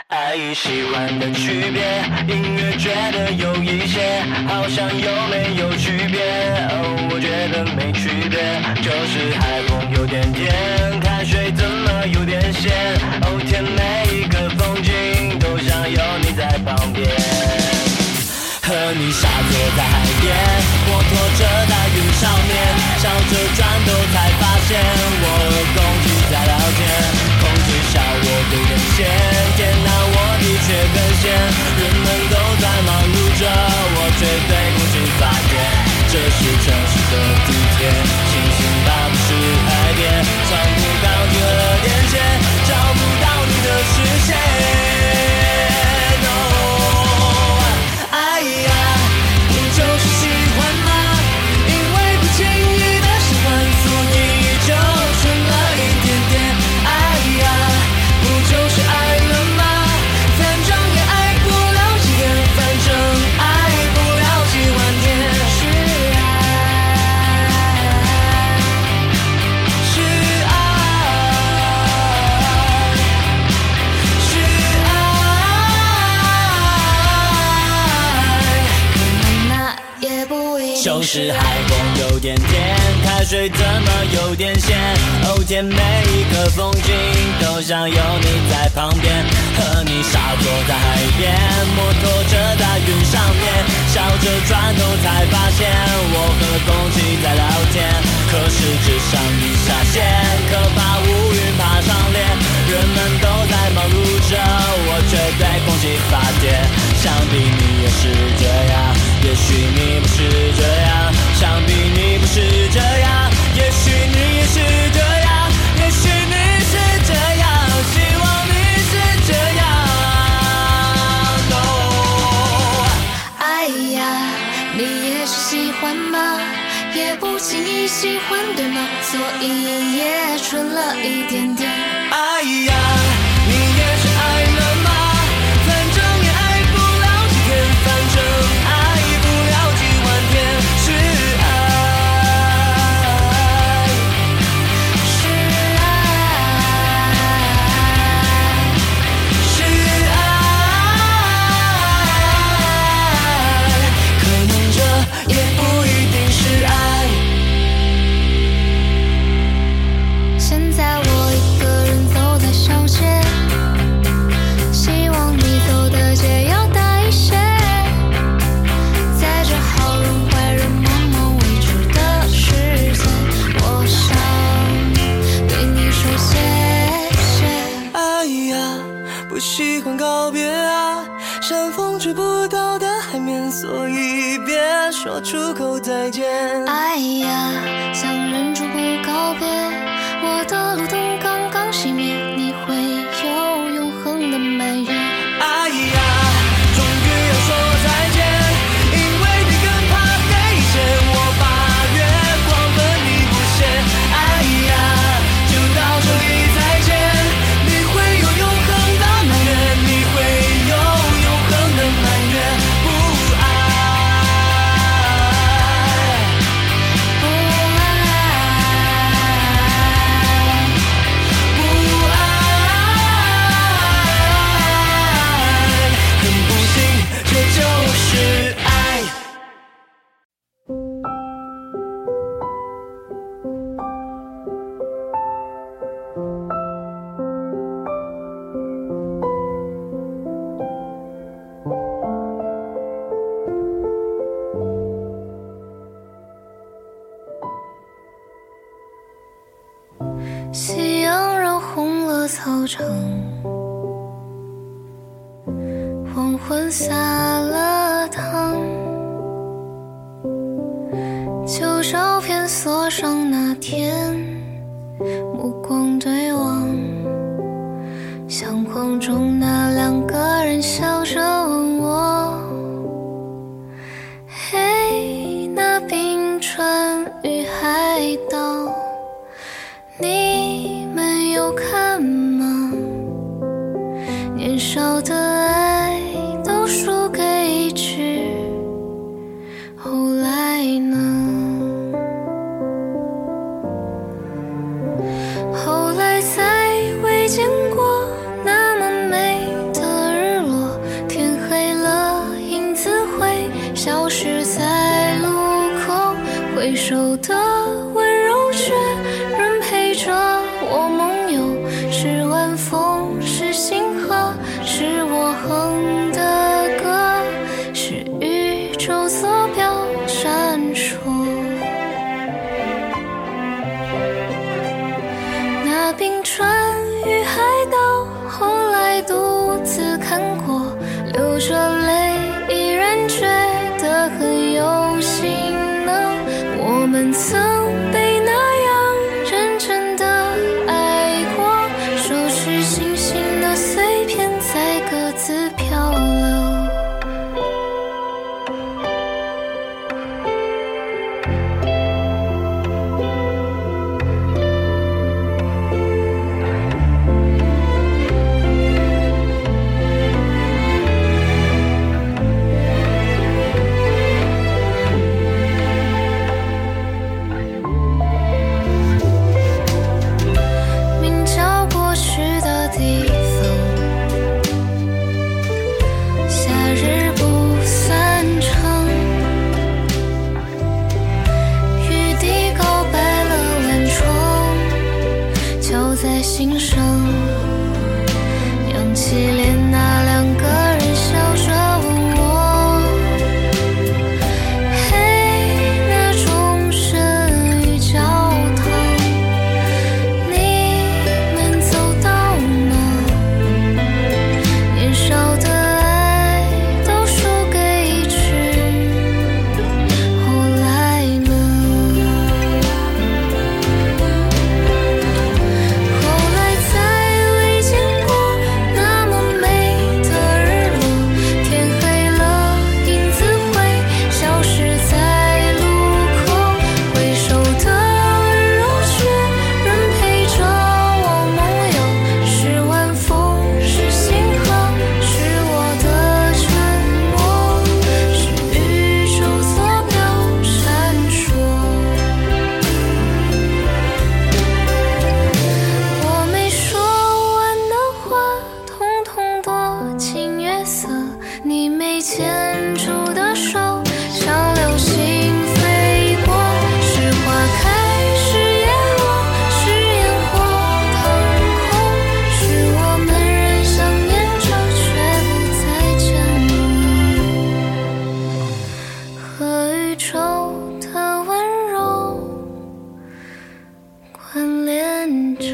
爱与喜欢的区别，音乐觉得有一些好像有没有区别？哦，我觉得没区别，就是海风有点甜，开水怎么有点咸？哦天，每一个风景都想有你在旁边。和你傻坐在海边，摩托车在云上面，笑着转头才发现我和空气在聊天，空气笑我有点咸，天哪，我的确很闲，人们都在忙碌着，我却对空气发电。这是城市的地铁，星星它不是海边，窗户高举和电线，照不到你的视线。爱呀，不就是喜欢吗？因为不经意的喜欢，所以就纯了一点点。爱呀，不就是爱了吗？反正也爱不了几天，反正爱不了几万天。是爱，是爱，是爱。也不一定就是海风有点甜，开水怎么有点咸？哦天，每一个风景都像有你在旁边，和你傻坐在海边，摩托车在云上面，笑着转头才发现我和空气在聊天。可是只上一下线，可怕乌云爬上脸，人们都在忙碌着，我却对空气发电。想必你也是这样，也许你不是这样，想必你不是这样，也许你也是这样，也许你是这样，希望你是这样。Oh， 哎呀，你也是喜欢吗？也不轻易喜欢对吗？所以也纯了一点点。哎呀，你也是爱了吗？反正也爱不了几天，反正爱不了几万天。是爱，是爱，是爱，可能这也不一定是爱。现在我一个人走在小街，希望你走的街要大一些，在这好人坏人茫茫未知的世界，我想对你说谢谢。哎呀，不喜欢告别啊，山风吹不到的海面，所以别说出口再见。哎呀，想忍住不告别，我的路灯刚刚熄灭，你会有永恒的埋怨。哎呀，终于要说再见，因为你更怕黑夜，我把月光分你不屑。哎呀，就到这里再见，你会有永恒的埋怨，你会有永恒的埋怨。不爱，不爱，不爱，很不幸，这就是爱。夕阳染红了操场，黄昏撒了糖，旧照片锁上那天，目光对望，相框中那两个人笑着问我，嘿，那冰川与海岛，你们有看吗？年少的爱都输给一句，后来呢？后来再未见过那么美的着泪依然觉得很有心呢？我们曾被那样认真的爱过，收拾星星的碎片在各自漂流。在心上扬起脸，那两个人笑着问我，嘿，那钟声与教堂，你们走到哪？年少的爱都输给一句后来呢？你没牵住的手，像流星飞过，是花开，是叶落，是烟火腾空，是我们仍想念着，却不再见了。和宇宙的温柔关联着。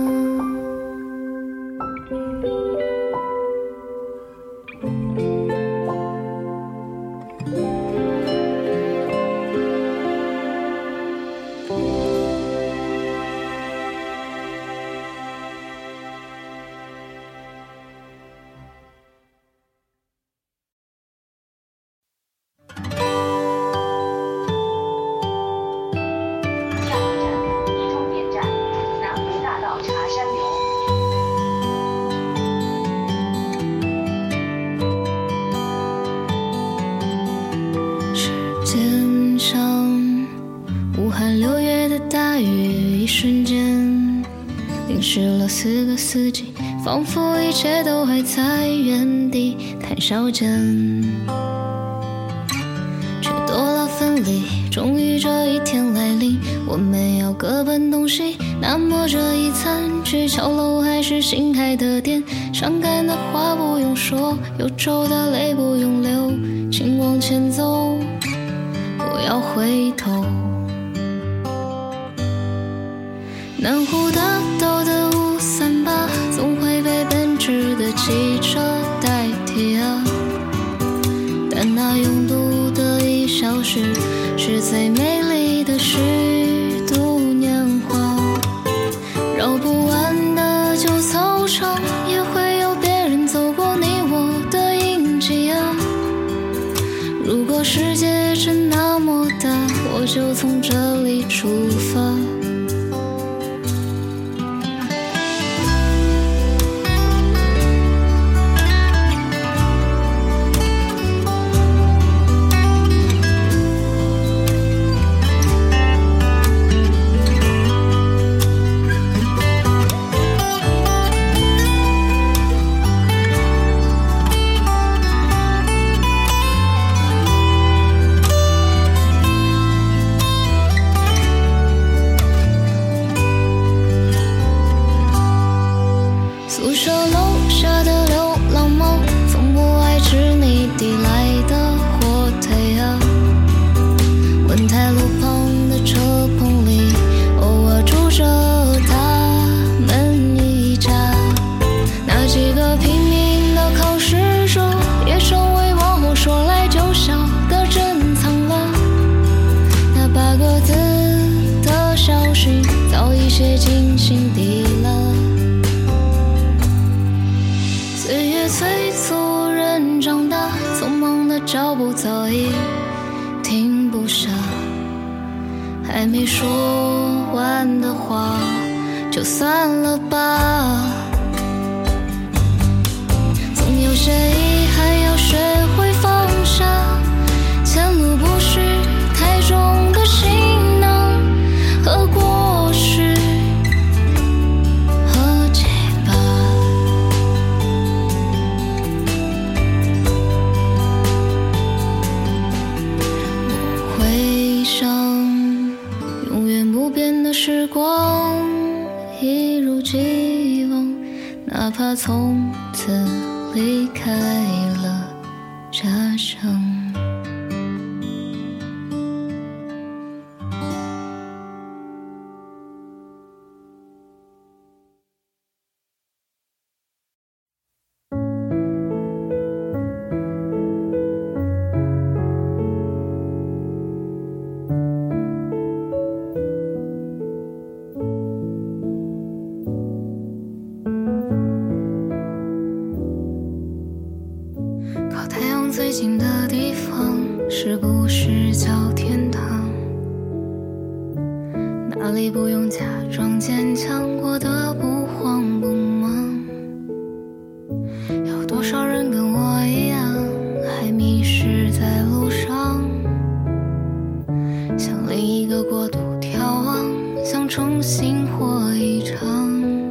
武汉6月的大雨，一瞬间淋湿了4个四季，仿佛一切都还在原地谈笑间，却多了分离。终于这一天来临，我们要各奔东西。那么这一餐，去桥楼还是新开的店？伤感的话不用说，忧愁的泪不用流，请往前走，不要回头。南湖大道的538，总会被奔驰的汽车代替啊。但那拥堵的1小时，是最美丽的虚度年华。绕不完的旧操场，也会有别人走过你我的印记啊。如果世界真那么大，我就从这里出发。宿舍楼下的流浪猫，从不爱吃你递来的火腿啊。文泰路旁的车棚里，偶尔住着他们一家。那几个拼命的考试者，也受也催促人长大，匆忙的脚步早已停不下，还没说完的话就算了吧。总有些遗憾要学会放下，前路不是太重的行囊和过去和结疤。我回想永远不变的时光，一如既往，哪怕从此离开了家乡。靠太阳最近的地方，是不是叫天堂？哪里不用假装坚强，过得不慌不忙？有多少人跟我一样，还迷失在路上，向另一个国度眺望，想重新活一场。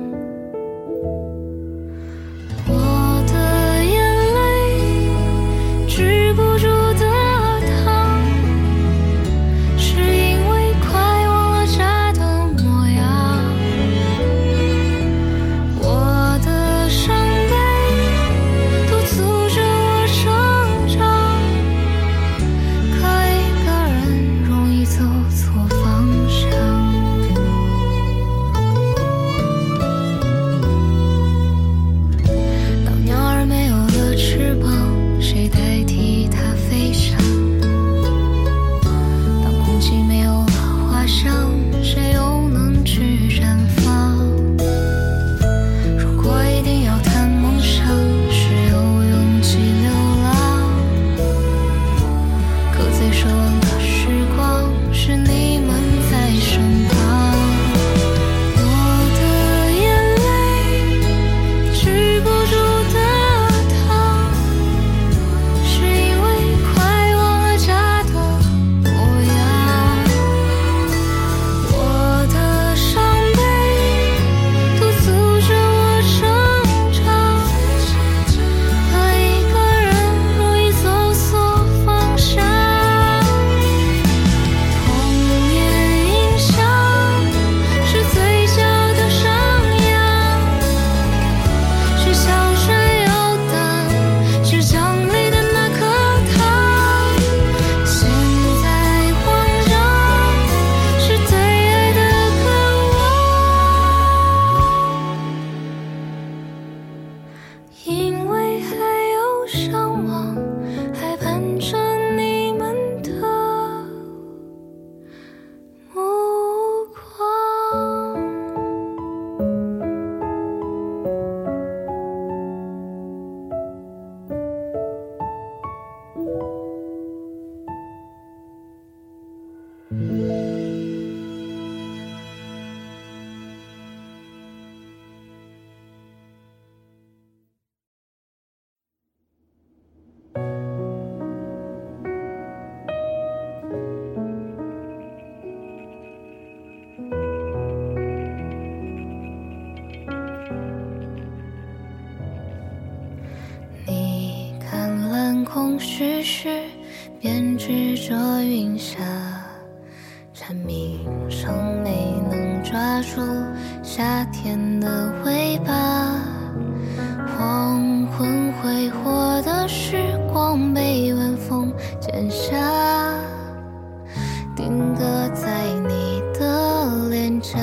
空虚时编织着云霞，蝉鸣声没能抓住夏天的尾巴。黄昏挥霍的时光被晚风剪下，定格在你的脸颊。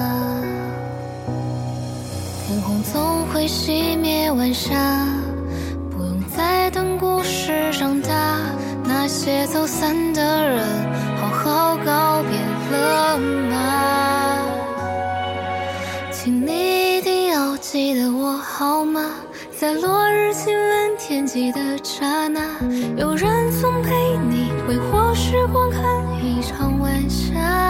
天空总会熄灭晚霞，不用再等故事长大。那些走散的人，好好告别了吗？请你一定要记得我好吗？ 在落日亲吻天际的刹那，有人送陪你挥霍时光，看一场晚霞。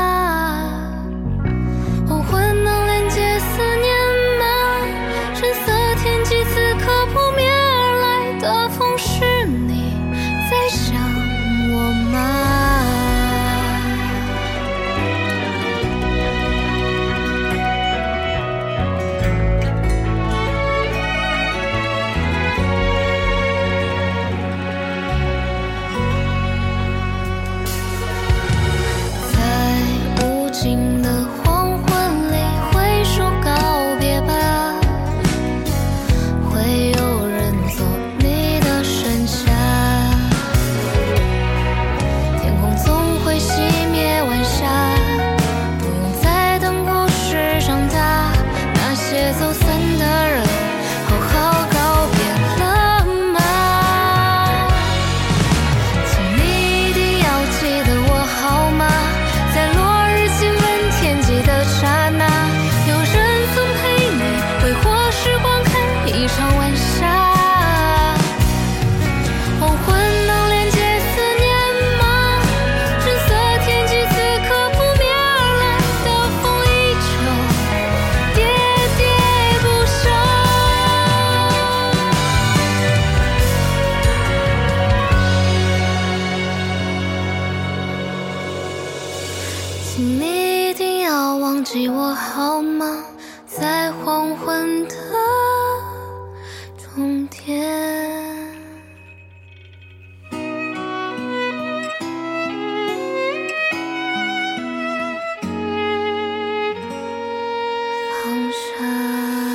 黄昏能连接思念吗？深色天际此刻扑面而来的风，是你在想我吗？请你一定要忘记我好吗？在黄昏的终点。黄沙。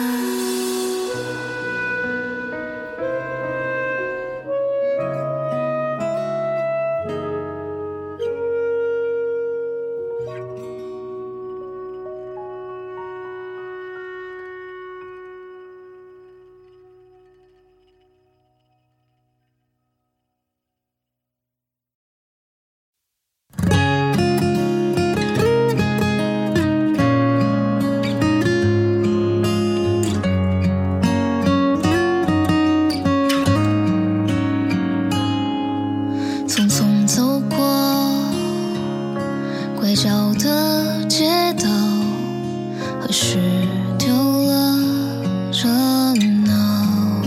匆匆走过拐角的街道，何时丢了热闹？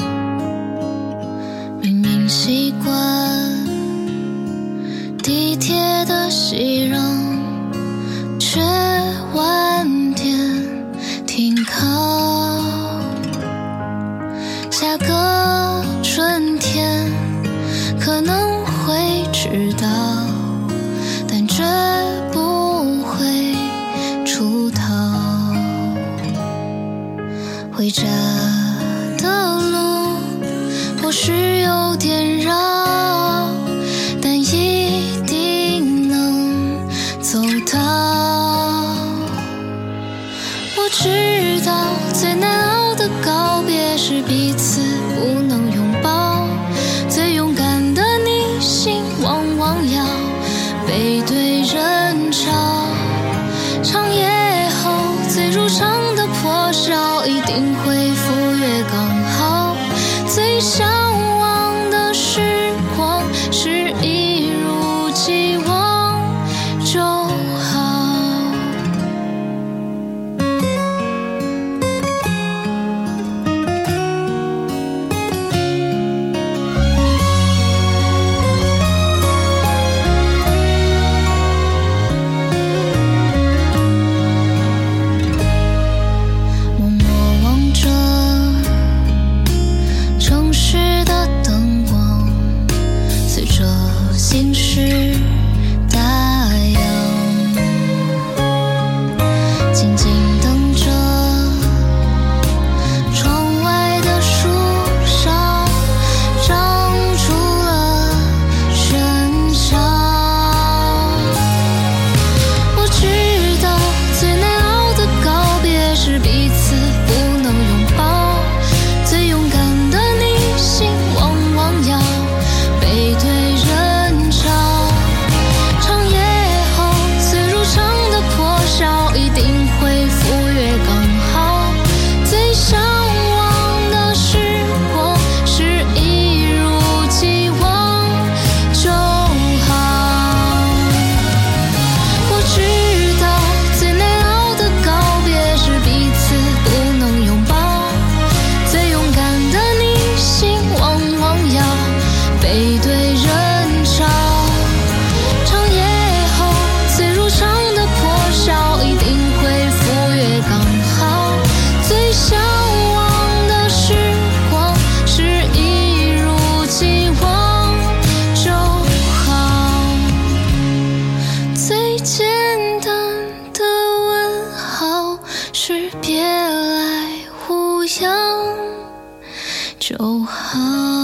明明习惯地铁的熙攘，却晚点停靠。下个春天可能会知道，但绝不会出逃。回家的路或许有点绕，但一定能走到。我知道最难熬的告别是彼此不能拥抱，最勇敢的你心往往要背对人潮。长夜后最如常的破晓，一定会赴约刚好。最向往的时光是一如既往就好。默默望着城市的灯光，随着心事打烊，静静等着窗外的树上长出了喧嚣。我知道最难熬的告别是彼此不能拥抱，最勇敢的你心往往要背对人潮。 就好。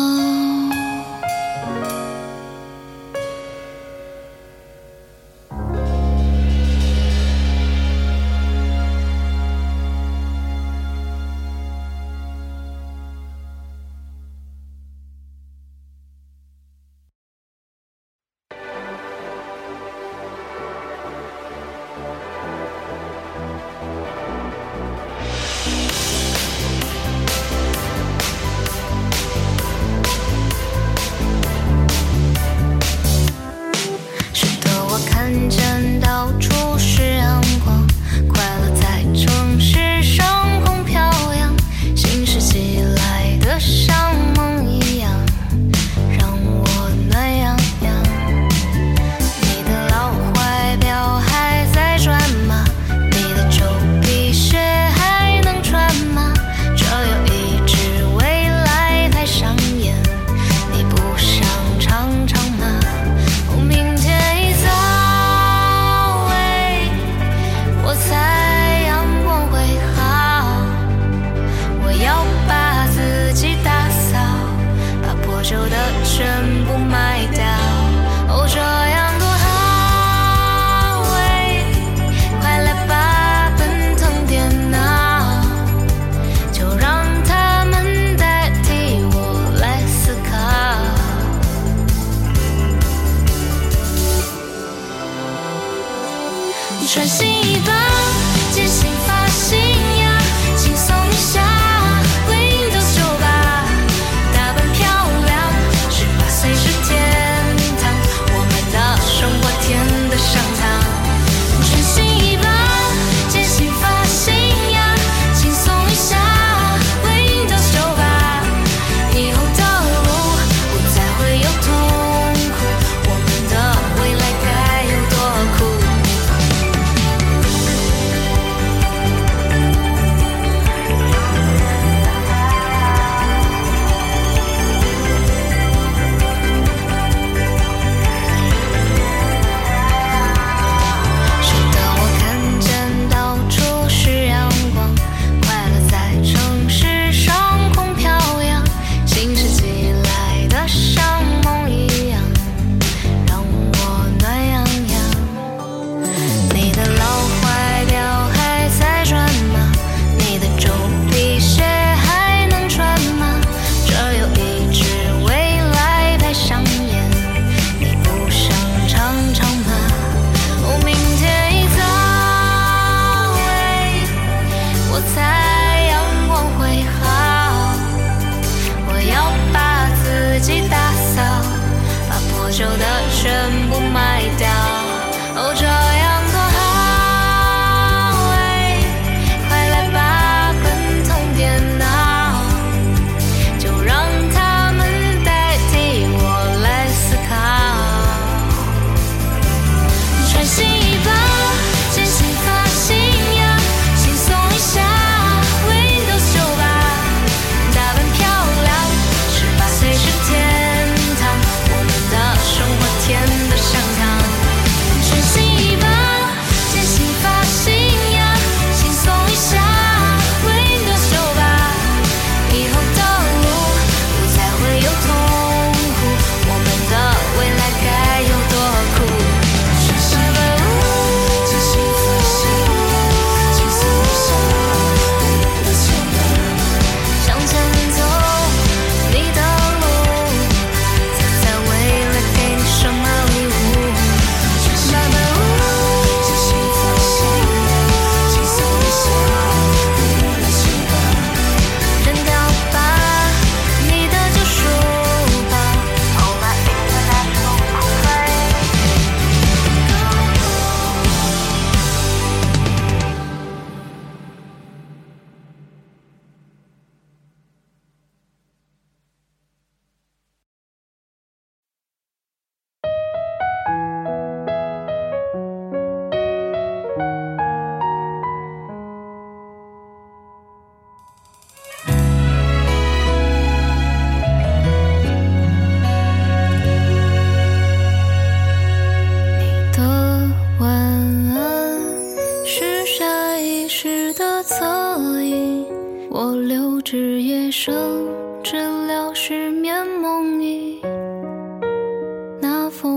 看见到处是阳光，快乐在城市上空飘扬，新拾起来的像梦一样，让我暖洋洋。你的老怀表还在转吗？你的旧皮鞋还能穿吗？这有一支未来太上演，你不想尝尝吗？明天一早我猜阳光会好，我要把自己打扫，把破旧的全部卖掉。哦，这样多好，快来吧，奔腾电脑，就让他们代替我来思考。穿新衣吧，剪新发型呀，轻松一下 Windows 9吧，打扮漂亮，18岁是天堂，我们的生活甜得上汤。穿新衣吧，剪新发型呀，轻松一下 Windows 9吧，以后的路不再会有痛苦，我们的未来该有多酷。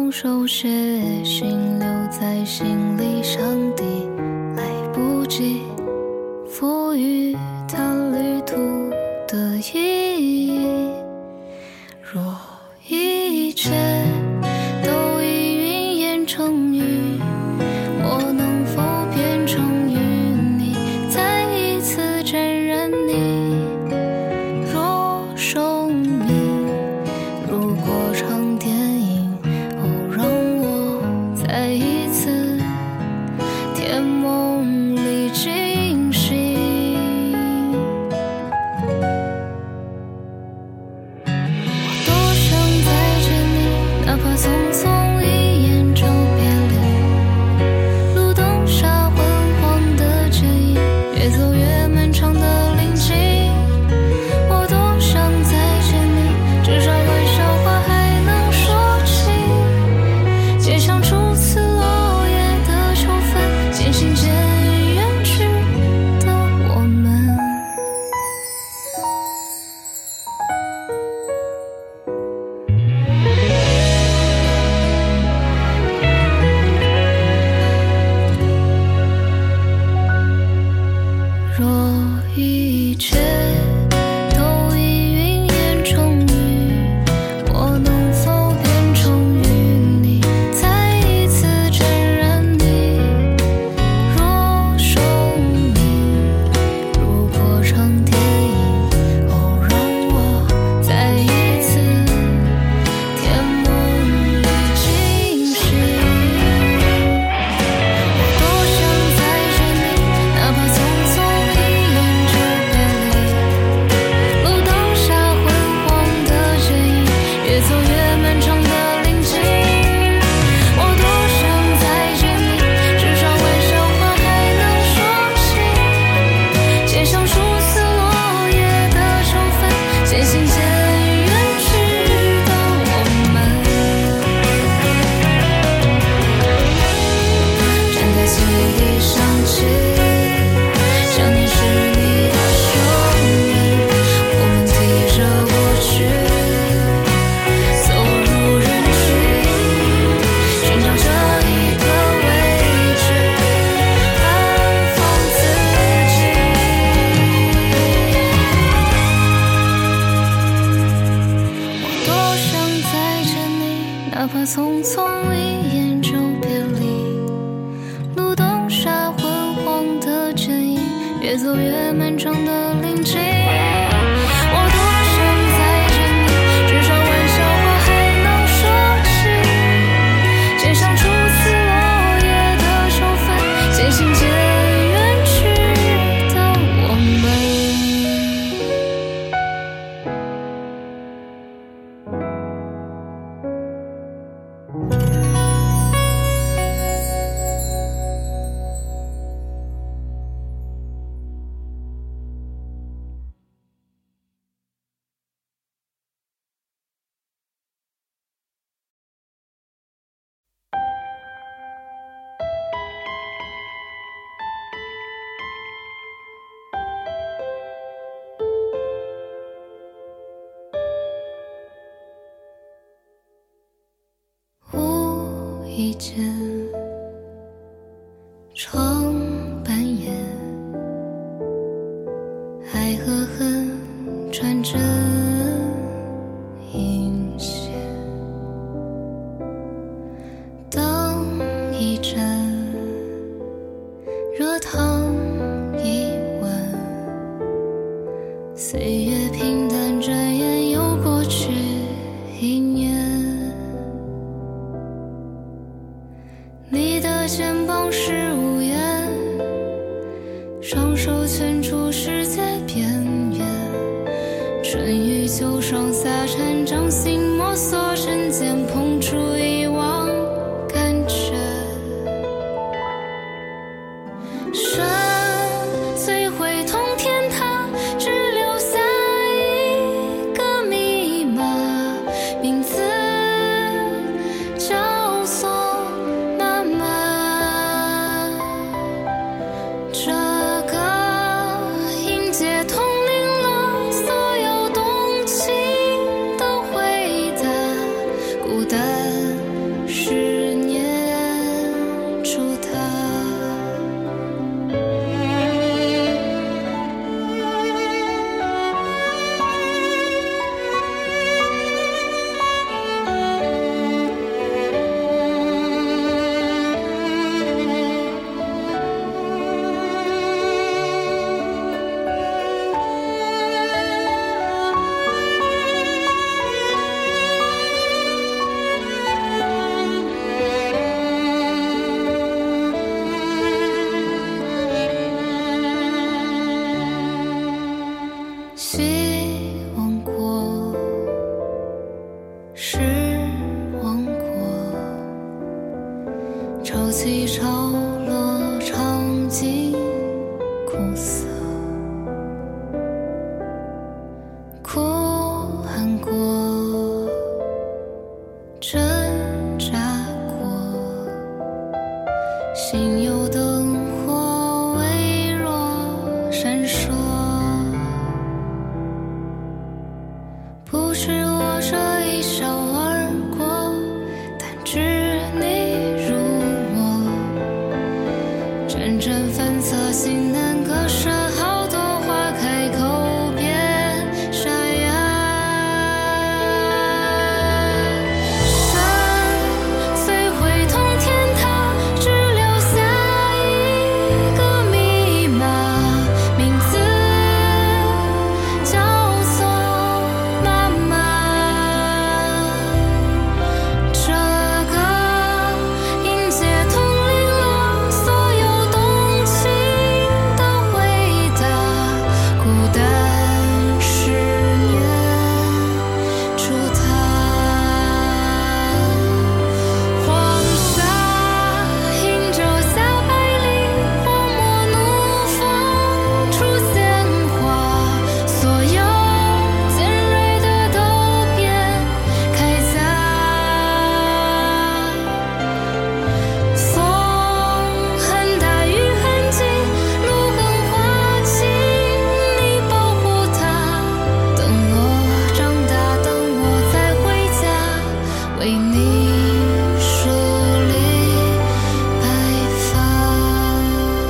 用手写信留在心里，上帝来不及赋予它旅途的意义。若一切都已云烟成雨，我能否变成与你再一次沾染你？若生命如果场电影，让我再一次甜梦里惊醒。我多想再见你，哪怕匆匆一眼就别离。路灯下昏黄的剪影，越走越漫长的林径。我多想再见你，至少玩笑话还能说起。街上初次落叶的秋分，渐行渐远去的我们。若一切都已云烟成雨，我能否变成与你再一次沾染你？若生命如果场电影，让我再一次甜梦里惊醒。我多想再见你，哪怕匆匆一眼就别离。路灯下昏黄的剪影，越走越漫长的林径。我多想再见你，至少玩笑话还能说起。街上初次落叶的秋分，渐行渐远去的我们。站在记忆想起，想念是你的声音，我们提着过去走入人群，寻找着一个位置安放自己。我多想再见你，哪怕匆匆一眼就别离。路灯下昏黄的剪影，越走越漫长的林径。我多想再见你，至少玩笑话还能说起。街上初次落叶的秋分，渐行渐远去的我们。无意间常扮演爱和恨穿针引线，灯一盏，热汤一碗，岁月平淡，转眼又过去一年。你的肩膀是屋檐，双手牵住世界边缘，春雨秋霜洒禅，掌心摸索针尖，碰触遗忘感觉。山摧毁通天塔，只留下一个密码，名字叫做妈妈。这个音节统领了所有动情的回答，孤单这一笑而过，但只你如我，阵阵粉色心难割舍，好多花开口边沙哑。山虽会通天塔，只留下一个密码，名字叫做妈妈。这个音节统领了所有动情的回答，孤单10年出塔。黄沙映照下百里荒漠，怒放出鲜花，所有尖锐的都变铠甲。风很大雨很急，路很滑稽，你保护它。等我长大，等我再回家，为你梳理白发。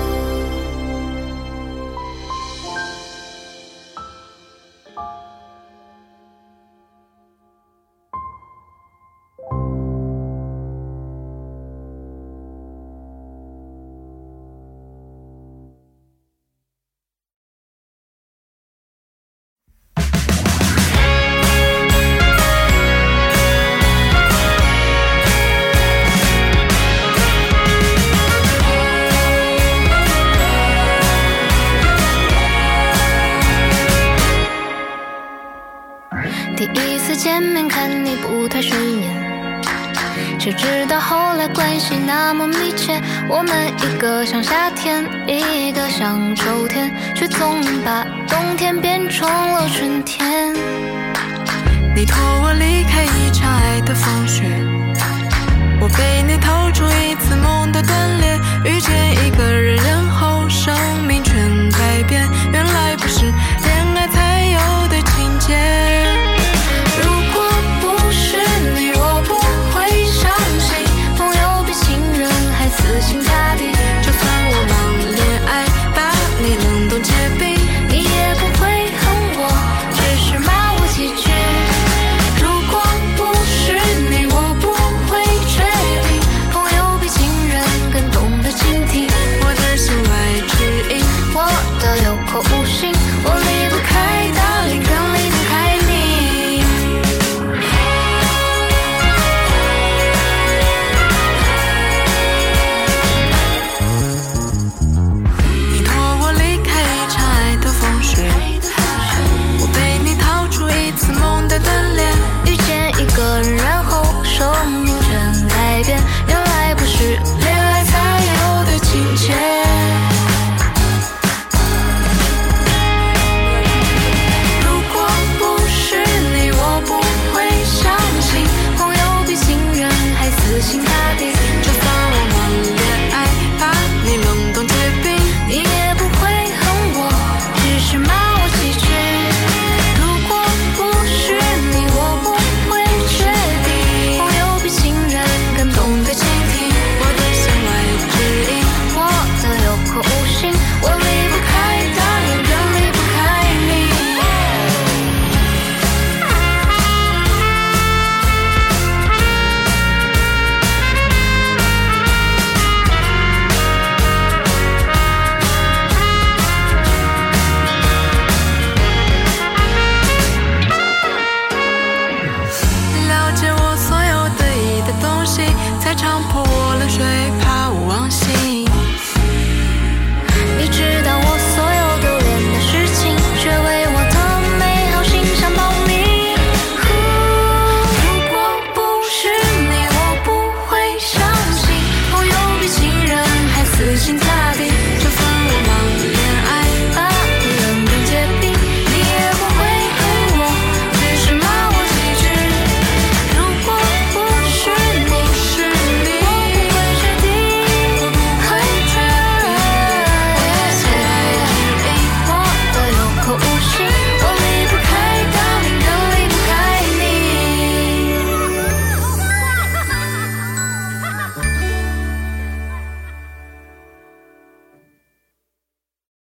第一次见面看你不太顺眼，谁知道后来关系那么密切，我们一个像夏天，一个像秋天，却总能把冬天变成了春天。 你托我离开一场爱的风雪，我被你透出一次梦的断裂，遇见一个人，然后生命全改变，原来不是恋爱才有的情节。 如果不是你，我不会相信朋友比情人还死心塌地。 就算我忙恋爱，把你冷冻结冰， 你也不会恨我，只是骂我几句。如果不是你，我不会确定朋友比情人更懂得倾听我的弦外之音， 我的有口无心，我离不开darling，更离不开你。 你托我离开一场爱的风雪，我被你逃出一次梦的断裂， 遇见一个人，然后生命全改变，原来不是恋爱才有的情节。如果不是你，我不会相信朋友比情人还死心塌地。 就算我忙恋爱，把你冷冻结冰， 你也不会恨我，只是骂我几句。如果不是你，我不会确定朋友比情人更懂得倾听我的弦外之音， 我的有口无心，我离不开darling，更离不开你。 了解我所有得意的东西，才强迫我冷水